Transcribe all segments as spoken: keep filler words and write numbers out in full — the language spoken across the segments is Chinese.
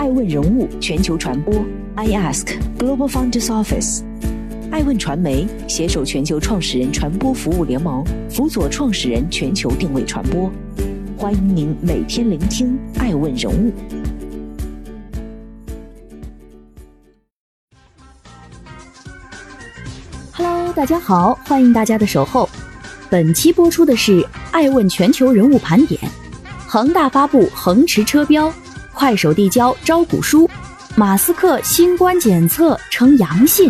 爱问人物全球传播 I Ask Global Founders Office。爱问传媒携手全球创始人传播服务联盟，辅佐创始人全球定位传播。欢迎您每天聆听爱问人物。 Hello， 大家好，欢迎大家的守候。本期播出的是爱问全球人物盘点。恒大发布恒驰车标，快手递交招股书，马斯克新冠检测呈阳性。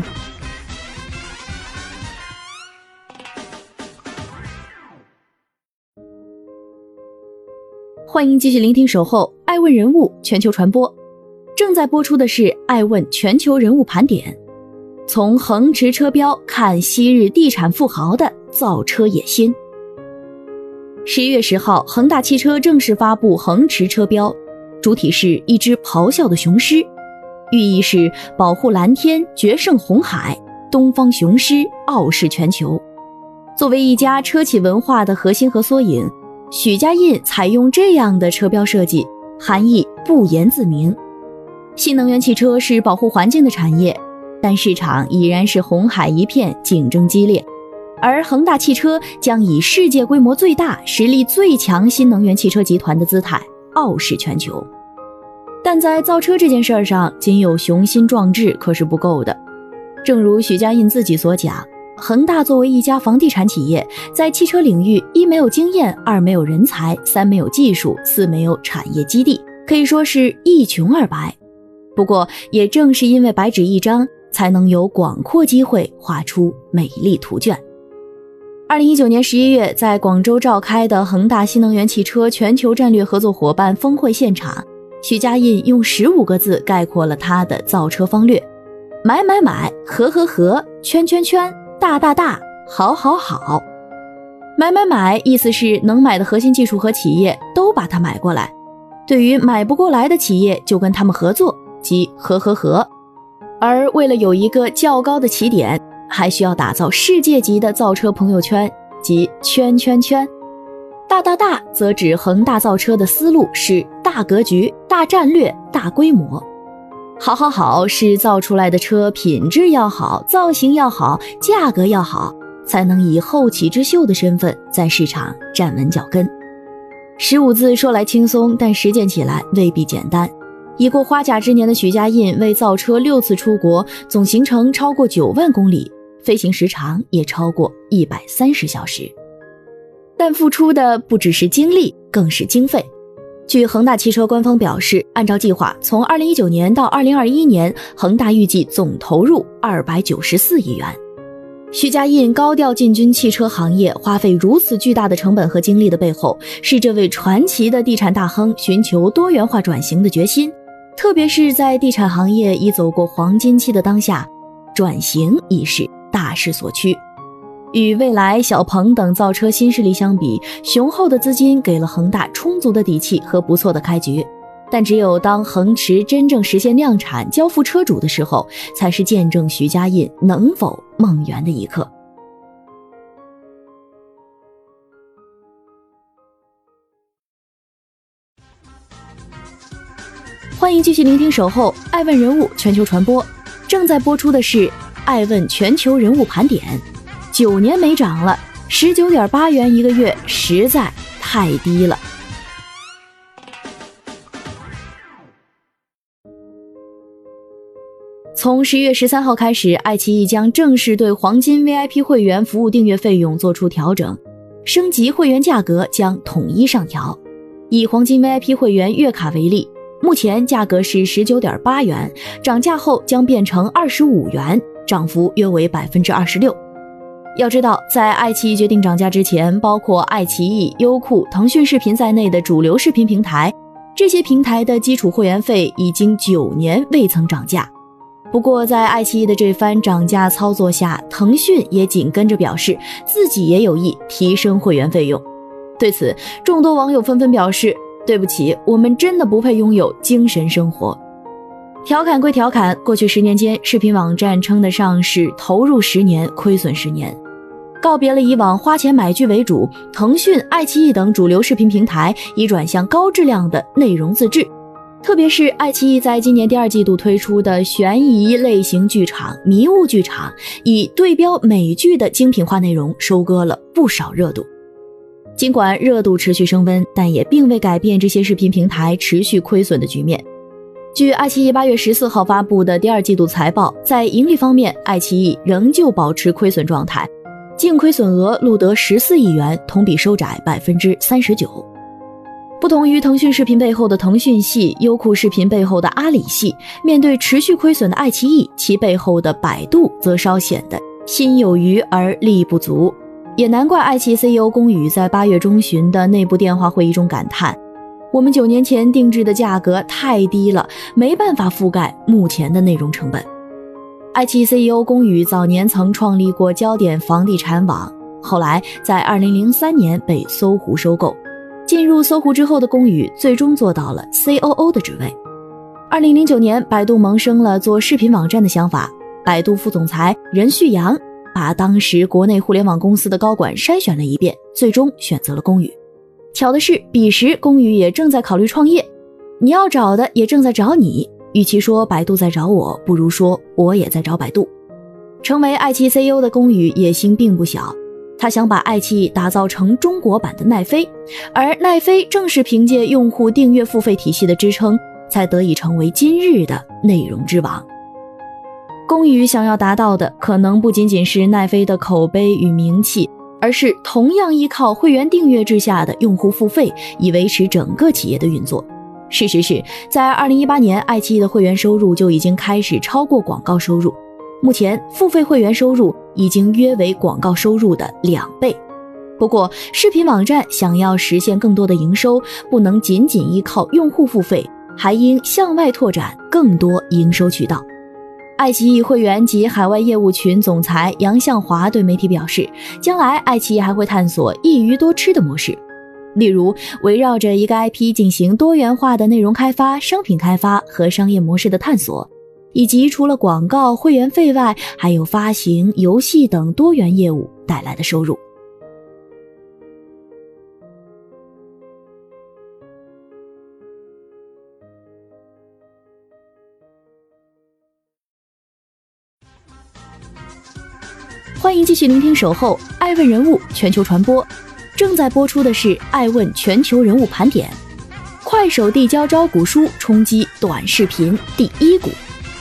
欢迎继续聆听守候爱问人物全球传播。正在播出的是爱问全球人物盘点。从恒驰车标看昔日地产富豪的造车野心。十一月十号，恒大汽车正式发布恒驰车标，主体是一只咆哮的雄狮，寓意是保护蓝天，决胜红海，东方雄狮傲视全球。作为一家车企文化的核心和缩影，许家印采用这样的车标设计，含义不言自明。新能源汽车是保护环境的产业，但市场已然是红海一片，竞争激烈。而恒大汽车将以世界规模最大、实力最强新能源汽车集团的姿态傲视全球。但在造车这件事上，仅有雄心壮志可是不够的。正如许家印自己所讲，恒大作为一家房地产企业，在汽车领域一没有经验，二没有人才，三没有技术，四没有产业基地，可以说是一穷二白。不过也正是因为白纸一张，才能有广阔机会画出美丽图卷。二零一九年十一月，在广州召开的恒大新能源汽车全球战略合作伙伴峰会现场，许家印用十五个字概括了他的造车方略：买买买，合合合，圈圈圈，大大大，好好好。买买买意思是能买的核心技术和企业都把它买过来，对于买不过来的企业就跟他们合作，即合合合。而为了有一个较高的起点，还需要打造世界级的造车朋友圈，即圈圈圈。大大大则指恒大造车的思路是大格局、大战略、大规模。好好好是造出来的车品质要好，造型要好，价格要好，才能以后起之秀的身份在市场站稳脚跟。十五字说来轻松，但实践起来未必简单。已过花甲之年的许家印为造车六次出国，总行程超过九万公里，飞行时长也超过一百三十小时。但付出的不只是精力，更是经费。据恒大汽车官方表示，按照计划，从二零一九年到二零二一年，恒大预计总投入二百九十四亿元。许家印高调进军汽车行业，花费如此巨大的成本和精力的背后，是这位传奇的地产大亨寻求多元化转型的决心。特别是在地产行业已走过黄金期的当下，转型已是大势所趋。与蔚来、小鹏等造车新势力相比，雄厚的资金给了恒大充足的底气和不错的开局。但只有当恒驰真正实现量产交付车主的时候，才是见证许家印能否梦圆的一刻。欢迎继续聆听守候爱问人物全球传播。正在播出的是爱问全球人物盘点。九年没涨了， 十九点八元一个月实在太低了。从十一月十三号开始，爱奇艺将正式对黄金 V I P 会员服务订阅费用做出调整，升级会员价格将统一上调。以黄金 V I P 会员月卡为例，目前价格是 十九点八元，涨价后将变成二十五元，涨幅约为 百分之二十六。 要知道，在爱奇艺决定涨价之前，包括爱奇艺、优酷、腾讯视频在内的主流视频平台，这些平台的基础会员费已经九年未曾涨价。不过在爱奇艺的这番涨价操作下，腾讯也紧跟着表示自己也有意提升会员费用。对此，众多网友纷纷表示，对不起，我们真的不配拥有精神生活。调侃归调侃，过去十年间，视频网站称得上是投入十年，亏损十年。告别了以往花钱买剧为主，腾讯、爱奇艺等主流视频平台已转向高质量的内容自制。 特别是爱奇艺在今年第二季度推出的悬疑类型剧场《迷雾剧场》，以对标美剧的精品化内容收割了不少热度。尽管热度持续升温，但也并未改变这些视频平台持续亏损的局面。据爱奇艺八月十四号发布的第二季度财报，在盈利方面，爱奇艺仍旧保持亏损状态，净亏损额录得十四亿元，同比收窄 百分之三十九。不同于腾讯视频背后的腾讯系、优酷视频背后的阿里系，面对持续亏损的爱奇艺，其背后的百度则稍显得心有余而力不足。也难怪爱奇艺 C E O 龚宇在八月中旬的内部电话会议中感叹，我们九年前定制的价格太低了，没办法覆盖目前的内容成本。爱奇艺 C E O 龚宇早年曾创立过焦点房地产网，后来在二零零三年被搜狐收购。进入搜狐之后的龚宇最终做到了 C O O 的职位。二零零九年，百度萌生了做视频网站的想法，百度副总裁任旭阳把当时国内互联网公司的高管筛选了一遍，最终选择了龚宇。巧的是，彼时龚宇也正在考虑创业，你要找的也正在找你，与其说百度在找我，不如说我也在找百度。成为爱奇艺 C E O 的龚宇野心并不小，他想把爱奇艺打造成中国版的奈飞，而奈飞正是凭借用户订阅付费体系的支撑，才得以成为今日的内容之王。龚宇想要达到的可能不仅仅是奈飞的口碑与名气，而是同样依靠会员订阅制下的用户付费，以维持整个企业的运作。事实是，在二零一八年，爱奇艺的会员收入就已经开始超过广告收入，目前付费会员收入已经约为广告收入的两倍。不过，视频网站想要实现更多的营收，不能仅仅依靠用户付费，还应向外拓展更多营收渠道。爱奇艺会员及海外业务群总裁杨向华对媒体表示，将来爱奇艺还会探索一鱼多吃的模式，例如围绕着一个 I P 进行多元化的内容开发、商品开发和商业模式的探索，以及除了广告、会员费外，还有发行、游戏等多元业务带来的收入。欢迎继续聆听守候爱问人物全球传播，正在播出的是爱问全球人物盘点。快手递交招股书，冲击短视频第一股。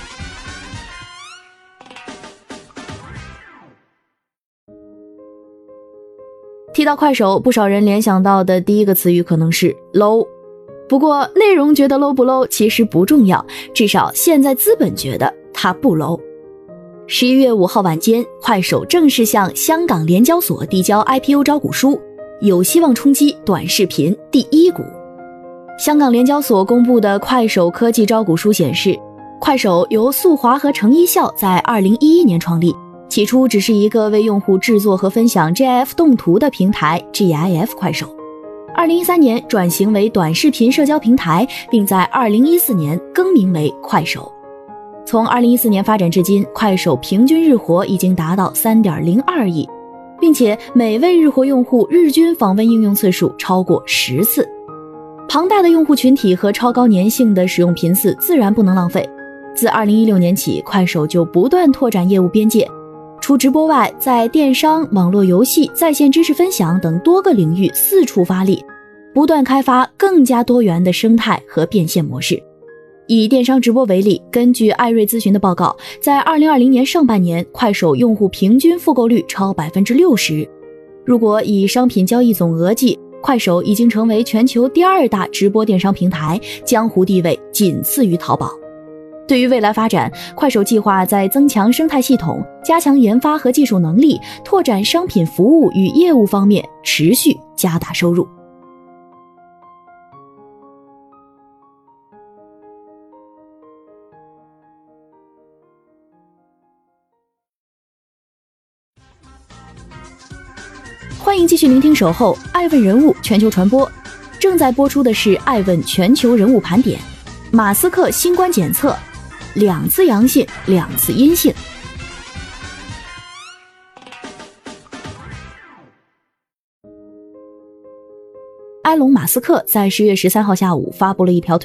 提到快手，不少人联想到的第一个词语可能是 low。不过内容觉得 low 不 low 其实不重要，至少现在资本觉得它不 low。十一月五号晚间，快手正式向香港联交所递交 I P O 招股书，有希望冲击短视频第一股。香港联交所公布的快手科技招股书显示，快手由速滑和程一笑在二零一一年创立，起初只是一个为用户制作和分享 G I F 动图的平台 G I F 快手。二零一三年转型为短视频社交平台，并在二零一四年更名为快手。从二零一四年发展至今，快手平均日活已经达到 三点零二亿，并且每位日活用户日均访问应用次数超过十次。庞大的用户群体和超高粘性的使用频次自然不能浪费。自二零一六年起，快手就不断拓展业务边界，除直播外，在电商、网络游戏、在线知识分享等多个领域四处发力，不断开发更加多元的生态和变现模式。以电商直播为例，根据艾瑞咨询的报告，在二零二零年上半年，快手用户平均复购率超 百分之六十。 如果以商品交易总额计，快手已经成为全球第二大直播电商平台，江湖地位仅次于淘宝。对于未来发展，快手计划在增强生态系统、加强研发和技术能力、拓展商品服务与业务方面持续加大收入。欢迎继续聆听守候爱问人物全球传播，正在播出的是爱问全球人物盘点。马斯克新冠检测两次阳性，两次阴性。埃隆·马斯克在十月十三号下午发布了一条 Twitter，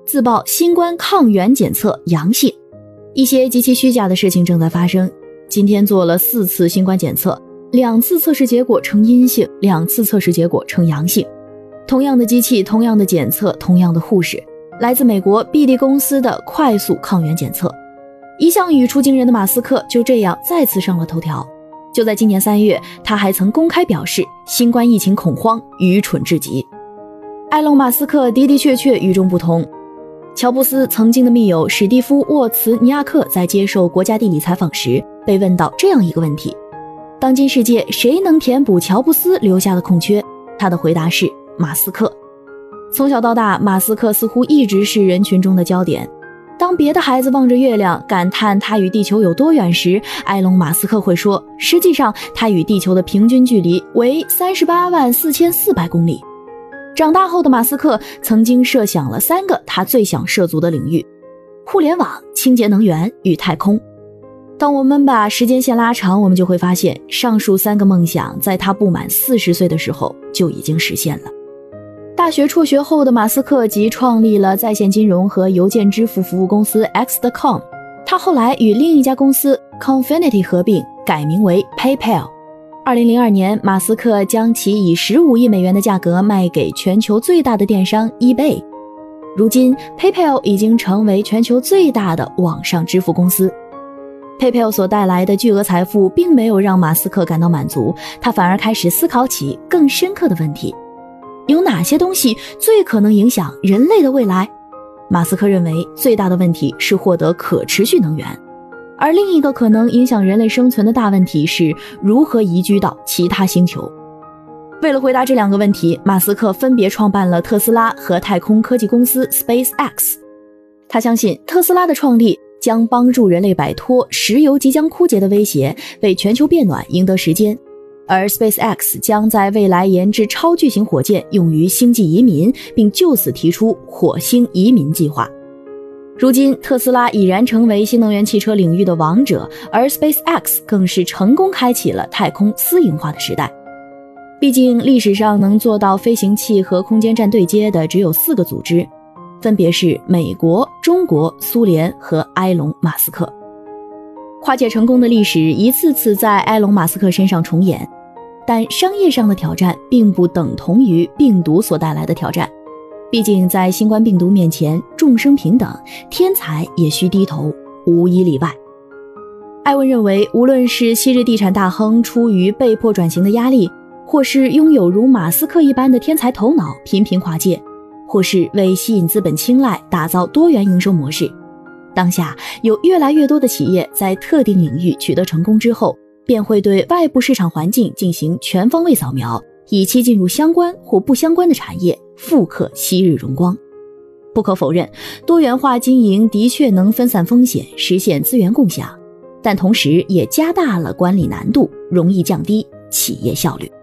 自曝新冠抗原检测阳性。一些极其虚假的事情正在发生。今天做了四次新冠检测，两次测试结果呈阴性，两次测试结果呈阳性。同样的机器，同样的检测，同样的护士，来自美国 B D 公司的快速抗原检测。一向语出惊人的马斯克就这样再次上了头条。就在今年三月，他还曾公开表示新冠疫情恐慌愚蠢至极。埃隆·马斯克的的确确与众不同。乔布斯曾经的密友史蒂夫·沃茨尼亚克在接受国家地理采访时被问到这样一个问题：当今世界谁能填补乔布斯留下的空缺？他的回答是马斯克。从小到大，马斯克似乎一直是人群中的焦点。当别的孩子望着月亮感叹他与地球有多远时，埃隆·马斯克会说，实际上他与地球的平均距离为三十八万四千四百公里。长大后的马斯克曾经设想了三个他最想涉足的领域：互联网、清洁能源与太空。当我们把时间线拉长，我们就会发现上述三个梦想在他不满四十岁的时候就已经实现了。大学辍学后的马斯克即创立了在线金融和邮件支付服务公司 X dot com， 他后来与另一家公司 Confinity 合并，改名为 PayPal。二零零二年，马斯克将其以十五亿美元的价格卖给全球最大的电商 eBay。如今 PayPal 已经成为全球最大的网上支付公司。PayPal 所带来的巨额财富并没有让马斯克感到满足，他反而开始思考起更深刻的问题：有哪些东西最可能影响人类的未来？马斯克认为最大的问题是获得可持续能源，而另一个可能影响人类生存的大问题是如何移居到其他星球。为了回答这两个问题，马斯克分别创办了特斯拉和太空科技公司 SpaceX。 他相信特斯拉的创立将帮助人类摆脱石油即将枯竭的威胁，为全球变暖赢得时间，而 SpaceX 将在未来研制超巨型火箭用于星际移民，并就此提出火星移民计划。如今特斯拉已然成为新能源汽车领域的王者，而 SpaceX 更是成功开启了太空私营化的时代。毕竟历史上能做到飞行器和空间站对接的只有四个组织，分别是美国、中国、苏联和埃隆·马斯克。跨界成功的历史一次次在埃隆·马斯克身上重演，但商业上的挑战并不等同于病毒所带来的挑战。毕竟在新冠病毒面前，众生平等，天才也需低头，无一例外。艾文认为，无论是昔日地产大亨出于被迫转型的压力，或是拥有如马斯克一般的天才头脑频频跨界，或是为吸引资本青睐打造多元营收模式，当下有越来越多的企业在特定领域取得成功之后，便会对外部市场环境进行全方位扫描，以期进入相关或不相关的产业，复刻昔日荣光。不可否认，多元化经营的确能分散风险，实现资源共享，但同时也加大了管理难度，容易降低企业效率。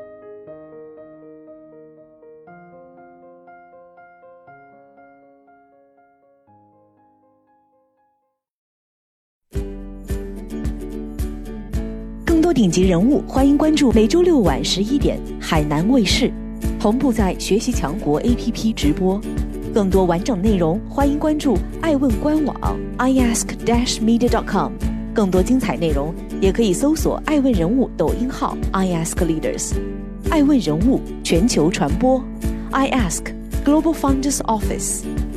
更多顶级人物，欢迎关注每周六晚十一点海南卫视，同步在学习强国 A P P 直播。更多完整内容，欢迎关注爱问官网 i ask dash media dot com。更多精彩内容，也可以搜索爱问人物抖音号 I ask leaders。爱问人物全球传播 I ask Global Founders Office。